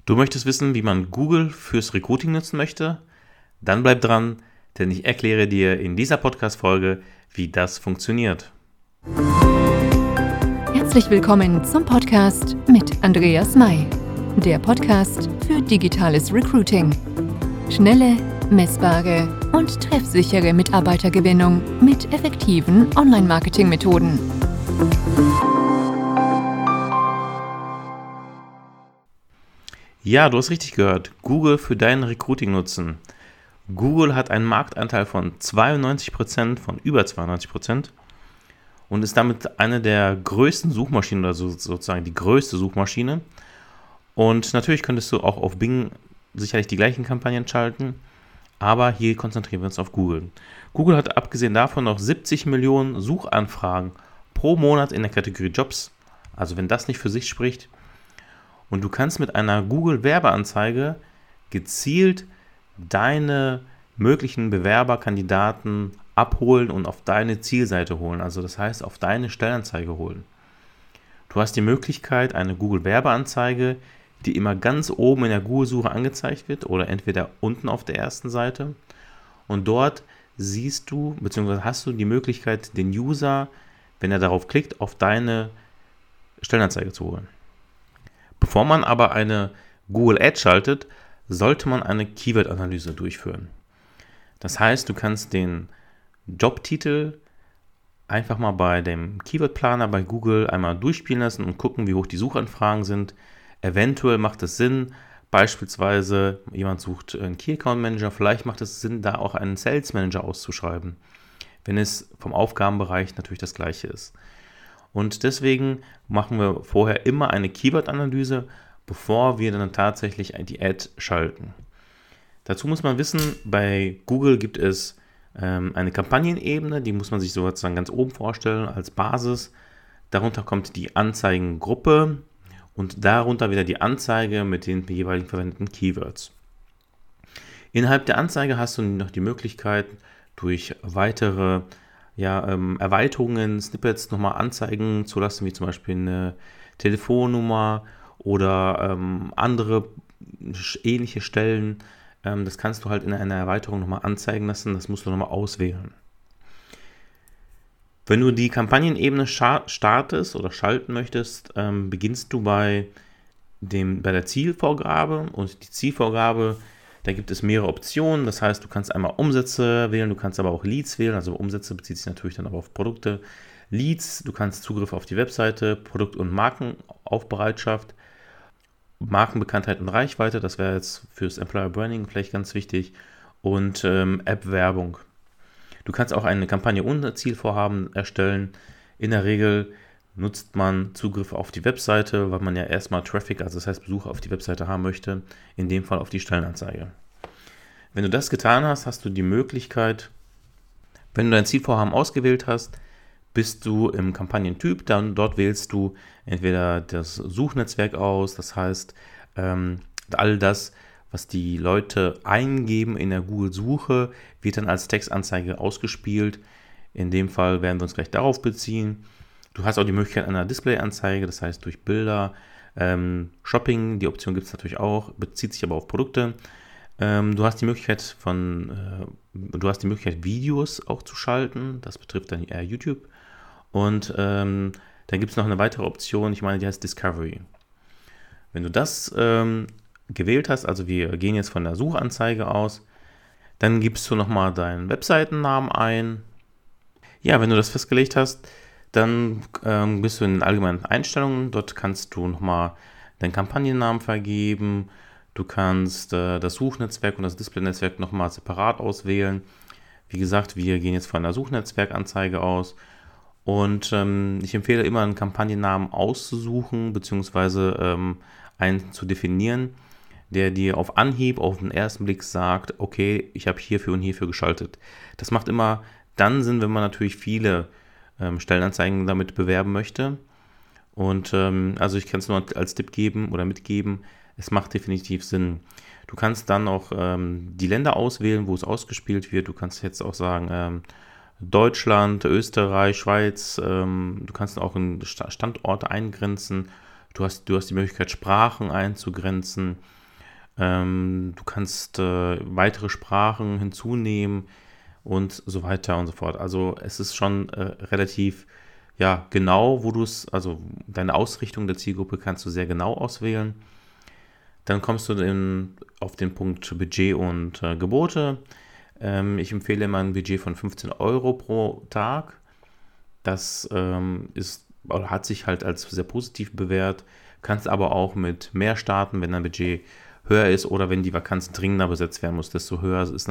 Du möchtest wissen, wie man Google fürs Recruiting nutzen möchte? Dann bleib dran, denn ich erkläre dir in dieser Podcast-Folge, wie das funktioniert. Herzlich willkommen zum Podcast mit Andreas May, der Podcast für digitales Recruiting. Schnelle, messbare und treffsichere Mitarbeitergewinnung mit effektiven Online-Marketing-Methoden. Ja, du hast richtig gehört. Google für dein Recruiting nutzen. Google hat einen Marktanteil von 92%, von über 92% und ist damit eine der größten Suchmaschinen oder sozusagen die größte Suchmaschine. Und natürlich könntest du auch auf Bing sicherlich die gleichen Kampagnen schalten, aber hier konzentrieren wir uns auf Google. Google hat abgesehen davon noch 70 Millionen Suchanfragen pro Monat in der Kategorie Jobs. Also wenn das nicht für sich spricht. Und du kannst mit einer Google-Werbeanzeige gezielt deine möglichen Bewerberkandidaten abholen und auf deine Zielseite holen. Also das heißt, auf deine Stellenanzeige holen. Du hast die Möglichkeit, eine Google-Werbeanzeige, die immer ganz oben in der Google-Suche angezeigt wird oder entweder unten auf der ersten Seite. Und dort siehst du, beziehungsweise hast du die Möglichkeit, den User, wenn er darauf klickt, auf deine Stellenanzeige zu holen. Bevor man aber eine Google Ad schaltet, sollte man eine Keyword-Analyse durchführen. Das heißt, du kannst den Jobtitel einfach mal bei dem Keyword-Planer bei Google einmal durchspielen lassen und gucken, wie hoch die Suchanfragen sind. Eventuell macht es Sinn, beispielsweise jemand sucht einen Key Account Manager, vielleicht macht es Sinn, da auch einen Sales Manager auszuschreiben, wenn es vom Aufgabenbereich natürlich das gleiche ist. Und deswegen machen wir vorher immer eine Keyword-Analyse, bevor wir dann tatsächlich die Ad schalten. Dazu muss man wissen, bei Google gibt es eine Kampagnenebene, die muss man sich sozusagen ganz oben vorstellen als Basis. Darunter kommt die Anzeigengruppe und darunter wieder die Anzeige mit den jeweiligen verwendeten Keywords. Innerhalb der Anzeige hast du noch die Möglichkeit, durch weitere Erweiterungen, Snippets nochmal anzeigen zu lassen, wie zum Beispiel eine Telefonnummer oder andere ähnliche Stellen. Das kannst du halt in einer Erweiterung nochmal anzeigen lassen, das musst du nochmal auswählen. Wenn du die Kampagnenebene startest oder schalten möchtest, beginnst du bei der Zielvorgabe und die Zielvorgabe, da gibt es mehrere Optionen, das heißt, du kannst einmal Umsätze wählen, du kannst aber auch Leads wählen, also Umsätze bezieht sich natürlich dann aber auf Produkte. Leads, du kannst Zugriff auf die Webseite, Produkt- und Markenaufbereitschaft, Markenbekanntheit und Reichweite, das wäre jetzt fürs Employer Branding vielleicht ganz wichtig, und App-Werbung. Du kannst auch eine Kampagne ohne Zielvorhaben erstellen. In der Regel nutzt man Zugriff auf die Webseite, weil man ja erstmal Traffic, also das heißt Besucher auf die Webseite haben möchte, in dem Fall auf die Stellenanzeige. Wenn du das getan hast, hast du die Möglichkeit, wenn du dein Zielvorhaben ausgewählt hast, bist du im Kampagnentyp, dann dort wählst du entweder das Suchnetzwerk aus, das heißt all das, was die Leute eingeben in der Google-Suche, wird dann als Textanzeige ausgespielt. In dem Fall werden wir uns gleich darauf beziehen. Du hast auch die Möglichkeit einer Display-Anzeige, das heißt durch Bilder, Shopping, die Option gibt es natürlich auch, bezieht sich aber auf Produkte. Du hast die Möglichkeit Videos auch zu schalten, das betrifft dann eher YouTube. Und dann gibt es noch eine weitere Option, ich meine, die heißt Discovery. Wenn du das gewählt hast, also wir gehen jetzt von der Suchanzeige aus, dann gibst du nochmal deinen Webseitennamen ein. Ja, wenn du das festgelegt hast, dann bist du in den allgemeinen Einstellungen. Dort kannst du nochmal deinen Kampagnennamen vergeben. Du kannst das Suchnetzwerk und das Displaynetzwerk nochmal separat auswählen. Wie gesagt, wir gehen jetzt von der Suchnetzwerkanzeige aus. Und ich empfehle immer, einen Kampagnennamen auszusuchen bzw. einen zu definieren, der dir auf Anhieb, auf den ersten Blick sagt, okay, ich habe hierfür und hierfür geschaltet. Das macht immer dann Sinn, wenn man natürlich viele Stellenanzeigen damit bewerben möchte. Und also ich kann es nur als Tipp geben oder mitgeben, es macht definitiv Sinn. Du kannst dann auch die Länder auswählen, wo es ausgespielt wird. Du kannst jetzt auch sagen, Deutschland, Österreich, Schweiz. Du kannst auch Standorte eingrenzen. Du hast die Möglichkeit, Sprachen einzugrenzen. Du kannst weitere Sprachen hinzunehmen und so weiter und so fort. Also es ist schon relativ genau, also deine Ausrichtung der Zielgruppe kannst du sehr genau auswählen. Dann kommst du auf den Punkt Budget und Gebote. Ich empfehle immer ein Budget von 15 Euro pro Tag. Das hat sich halt als sehr positiv bewährt. Kannst aber auch mit mehr starten, wenn dein Budget höher ist oder wenn die Vakanz dringender besetzt werden muss. Desto höher sind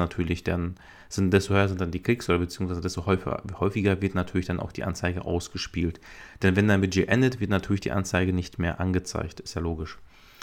dann die Klicks oder beziehungsweise desto häufiger wird natürlich dann auch die Anzeige ausgespielt. Denn wenn dein Budget endet, wird natürlich die Anzeige nicht mehr angezeigt. Ist ja logisch.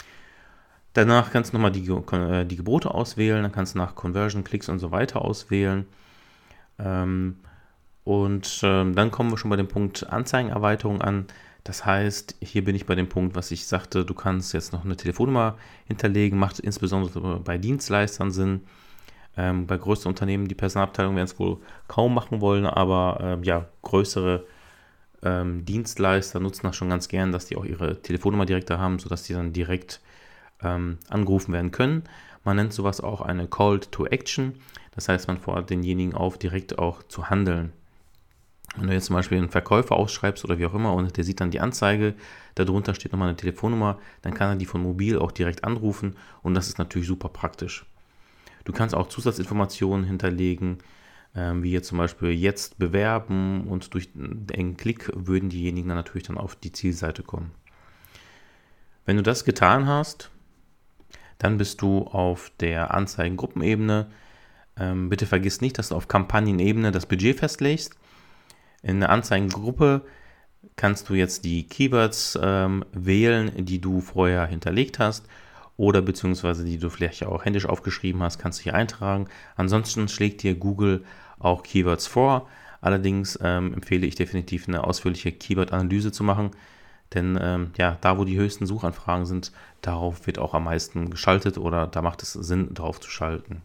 Danach kannst du nochmal die Gebote auswählen, dann kannst du nach Conversion, Klicks und so weiter auswählen. Dann kommen wir schon bei dem Punkt Anzeigenerweiterung an. Das heißt, hier bin ich bei dem Punkt, was ich sagte, du kannst jetzt noch eine Telefonnummer hinterlegen, macht insbesondere bei Dienstleistern Sinn. Bei größeren Unternehmen, die Personalabteilung werden es wohl kaum machen wollen, aber größere Dienstleister nutzen das schon ganz gern, dass die auch ihre Telefonnummer direkt da haben, sodass die dann direkt angerufen werden können. Man nennt sowas auch eine Call to Action. Das heißt, man fordert denjenigen auf, direkt auch zu handeln. Wenn du jetzt zum Beispiel einen Verkäufer ausschreibst oder wie auch immer und der sieht dann die Anzeige, darunter steht nochmal eine Telefonnummer, dann kann er die von mobil auch direkt anrufen und das ist natürlich super praktisch. Du kannst auch Zusatzinformationen hinterlegen, wie jetzt zum Beispiel jetzt bewerben und durch einen Klick würden diejenigen dann natürlich dann auf die Zielseite kommen. Wenn du das getan hast, dann bist du auf der Anzeigengruppenebene. Bitte vergiss nicht, dass du auf Kampagnenebene das Budget festlegst. In der Anzeigengruppe kannst du jetzt die Keywords wählen, die du vorher hinterlegt hast oder beziehungsweise die du vielleicht auch händisch aufgeschrieben hast, kannst du hier eintragen. Ansonsten schlägt dir Google auch Keywords vor. Allerdings empfehle ich definitiv eine ausführliche Keyword-Analyse zu machen. Denn da, wo die höchsten Suchanfragen sind, darauf wird auch am meisten geschaltet oder da macht es Sinn, darauf zu schalten.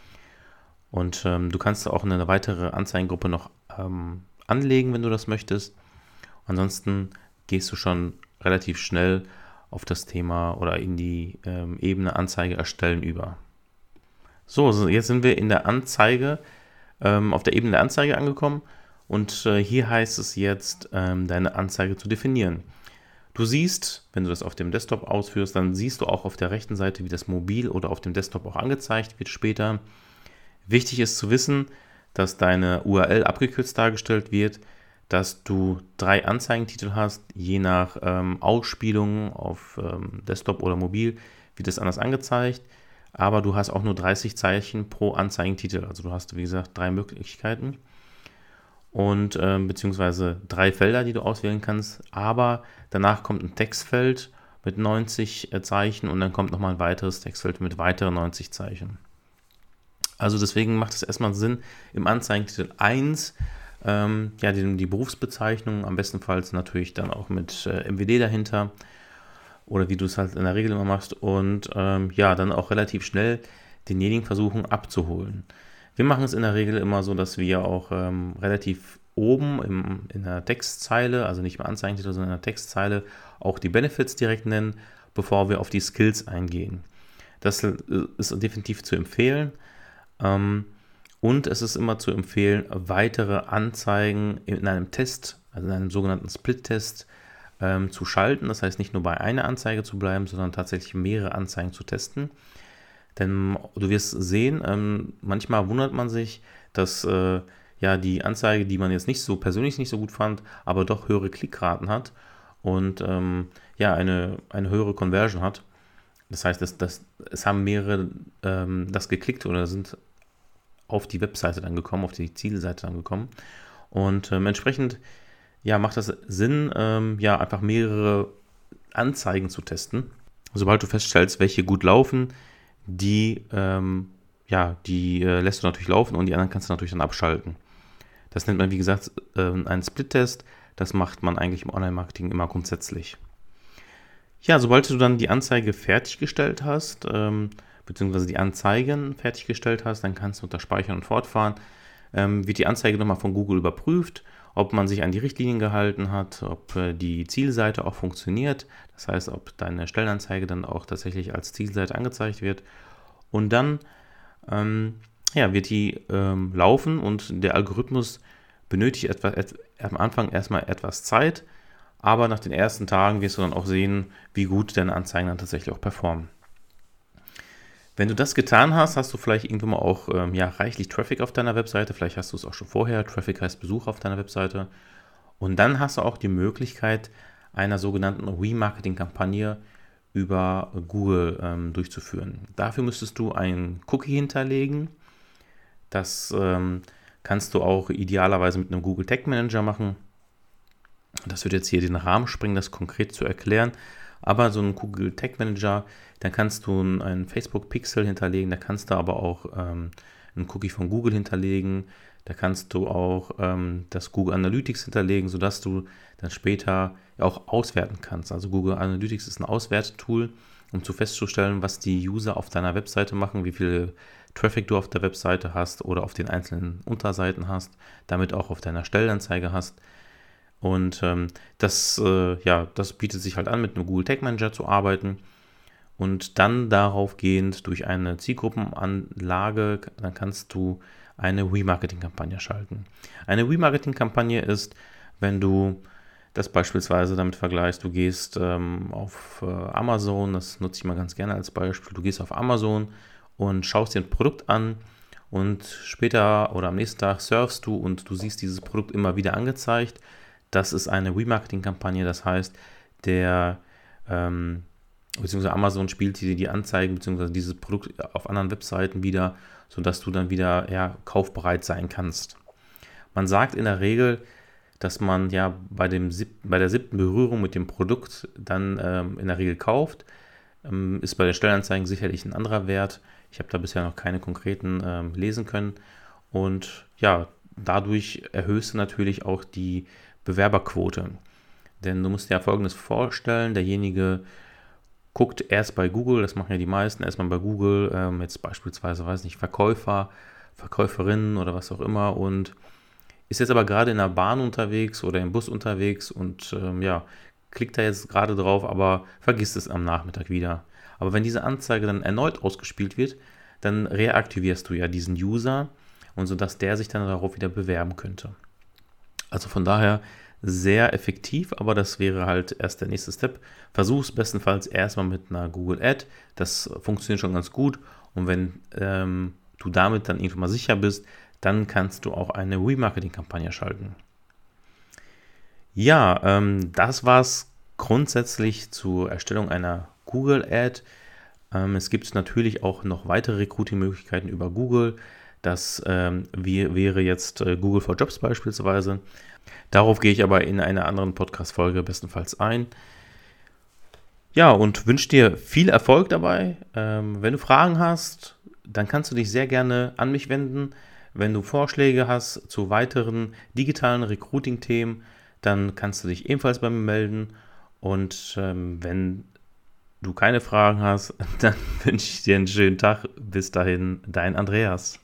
Und du kannst auch eine weitere Anzeigengruppe noch anlegen, wenn du das möchtest. Ansonsten gehst du schon relativ schnell auf das Thema oder in die Ebene Anzeige erstellen über. So, jetzt sind wir in der Anzeige, auf der Ebene der Anzeige angekommen und hier heißt es jetzt, deine Anzeige zu definieren. Du siehst, wenn du das auf dem Desktop ausführst, dann siehst du auch auf der rechten Seite, wie das mobil oder auf dem Desktop auch angezeigt wird später. Wichtig ist zu wissen, dass deine URL abgekürzt dargestellt wird, dass du 3 Anzeigentitel hast, je nach Ausspielung auf Desktop oder mobil wird es anders angezeigt, aber du hast auch nur 30 Zeichen pro Anzeigentitel, also du hast, wie gesagt, 3 Möglichkeiten und beziehungsweise 3 Felder, die du auswählen kannst, aber danach kommt ein Textfeld mit 90 Zeichen und dann kommt nochmal ein weiteres Textfeld mit weiteren 90 Zeichen. Also deswegen macht es erstmal Sinn, im Anzeigentitel 1 die Berufsbezeichnung, am bestenfalls natürlich dann auch mit MWD dahinter oder wie du es halt in der Regel immer machst und dann auch relativ schnell denjenigen versuchen abzuholen. Wir machen es in der Regel immer so, dass wir auch relativ oben in der Textzeile, also nicht im Anzeigentitel, sondern in der Textzeile, auch die Benefits direkt nennen, bevor wir auf die Skills eingehen. Das ist definitiv zu empfehlen. Und es ist immer zu empfehlen, weitere Anzeigen in einem Test, also in einem sogenannten Split-Test, zu schalten. Das heißt, nicht nur bei einer Anzeige zu bleiben, sondern tatsächlich mehrere Anzeigen zu testen. Denn du wirst sehen, manchmal wundert man sich, dass die Anzeige, die man jetzt persönlich nicht so gut fand, aber doch höhere Klickraten hat und eine höhere Conversion hat. Das heißt, es haben mehrere das geklickt oder sind auf die Webseite dann gekommen, auf die Zielseite dann gekommen. Und entsprechend macht das Sinn, einfach mehrere Anzeigen zu testen. Sobald du feststellst, welche gut laufen, die lässt du natürlich laufen und die anderen kannst du natürlich dann abschalten. Das nennt man, wie gesagt, einen Split-Test. Das macht man eigentlich im Online-Marketing immer grundsätzlich. Ja, sobald du dann die Anzeige fertiggestellt hast, beziehungsweise die Anzeigen fertiggestellt hast, dann kannst du unter Speichern und Fortfahren, wird die Anzeige nochmal von Google überprüft ob man sich an die Richtlinien gehalten hat, ob die Zielseite auch funktioniert. Das heißt, ob deine Stellenanzeige dann auch tatsächlich als Zielseite angezeigt wird. Und dann wird die laufen und der Algorithmus benötigt am Anfang erstmal etwas Zeit, aber nach den ersten Tagen wirst du dann auch sehen, wie gut deine Anzeigen dann tatsächlich auch performen. Wenn du das getan hast, hast du vielleicht irgendwann mal auch reichlich Traffic auf deiner Webseite. Vielleicht hast du es auch schon vorher. Traffic heißt Besuch auf deiner Webseite. Und dann hast du auch die Möglichkeit, einer sogenannten Remarketing-Kampagne über Google durchzuführen. Dafür müsstest du einen Cookie hinterlegen. Das kannst du auch idealerweise mit einem Google Tag Manager machen. Das wird jetzt hier den Rahmen sprengen, das konkret zu erklären. Aber so ein Google Tag Manager, dann kannst du einen Facebook Pixel hinterlegen, da kannst du aber auch einen Cookie von Google hinterlegen, da kannst du auch das Google Analytics hinterlegen, sodass du dann später auch auswerten kannst. Also Google Analytics ist ein Auswertetool, um festzustellen, was die User auf deiner Webseite machen, wie viel Traffic du auf der Webseite hast oder auf den einzelnen Unterseiten hast, damit auch auf deiner Stellenanzeige hast. Und das bietet sich halt an, mit einem Google Tag Manager zu arbeiten und dann darauf gehend durch eine Zielgruppenanlage, dann kannst du eine Remarketing-Kampagne schalten. Eine Remarketing-Kampagne ist, wenn du das beispielsweise damit vergleichst, du gehst auf Amazon, das nutze ich mal ganz gerne als Beispiel, du gehst auf Amazon und schaust dir ein Produkt an und später oder am nächsten Tag surfst du und du siehst dieses Produkt immer wieder angezeigt. Das ist eine Remarketing-Kampagne, das heißt, beziehungsweise Amazon spielt die Anzeigen beziehungsweise dieses Produkt auf anderen Webseiten wieder, sodass du dann wieder kaufbereit sein kannst. Man sagt in der Regel, dass man bei der 7. Berührung mit dem Produkt dann in der Regel kauft. Ist bei den Stellenanzeigen sicherlich ein anderer Wert. Ich habe da bisher noch keine konkreten lesen können. Und dadurch erhöhst du natürlich auch die Bewerberquote. Denn du musst dir Folgendes vorstellen, derjenige guckt erst bei Google, das machen ja die meisten, erstmal bei Google, jetzt beispielsweise, Verkäufer, Verkäuferinnen oder was auch immer und ist jetzt aber gerade in der Bahn unterwegs oder im Bus unterwegs und klickt da jetzt gerade drauf, aber vergisst es am Nachmittag wieder. Aber wenn diese Anzeige dann erneut ausgespielt wird, dann reaktivierst du ja diesen User und sodass der sich dann darauf wieder bewerben könnte. Also von daher sehr effektiv, aber das wäre halt erst der nächste Step. Versuch es bestenfalls erstmal mit einer Google Ad. Das funktioniert schon ganz gut. Und wenn du damit dann irgendwann mal sicher bist, dann kannst du auch eine Remarketing-Kampagne schalten. Ja, das war es grundsätzlich zur Erstellung einer Google Ad. Es gibt natürlich auch noch weitere Recruiting-Möglichkeiten über Google. Das wäre jetzt Google for Jobs beispielsweise. Darauf gehe ich aber in einer anderen Podcast-Folge bestenfalls ein. Ja, und wünsche dir viel Erfolg dabei. Wenn du Fragen hast, dann kannst du dich sehr gerne an mich wenden. Wenn du Vorschläge hast zu weiteren digitalen Recruiting-Themen, dann kannst du dich ebenfalls bei mir melden. Und wenn du keine Fragen hast, dann wünsche ich dir einen schönen Tag. Bis dahin, dein Andreas.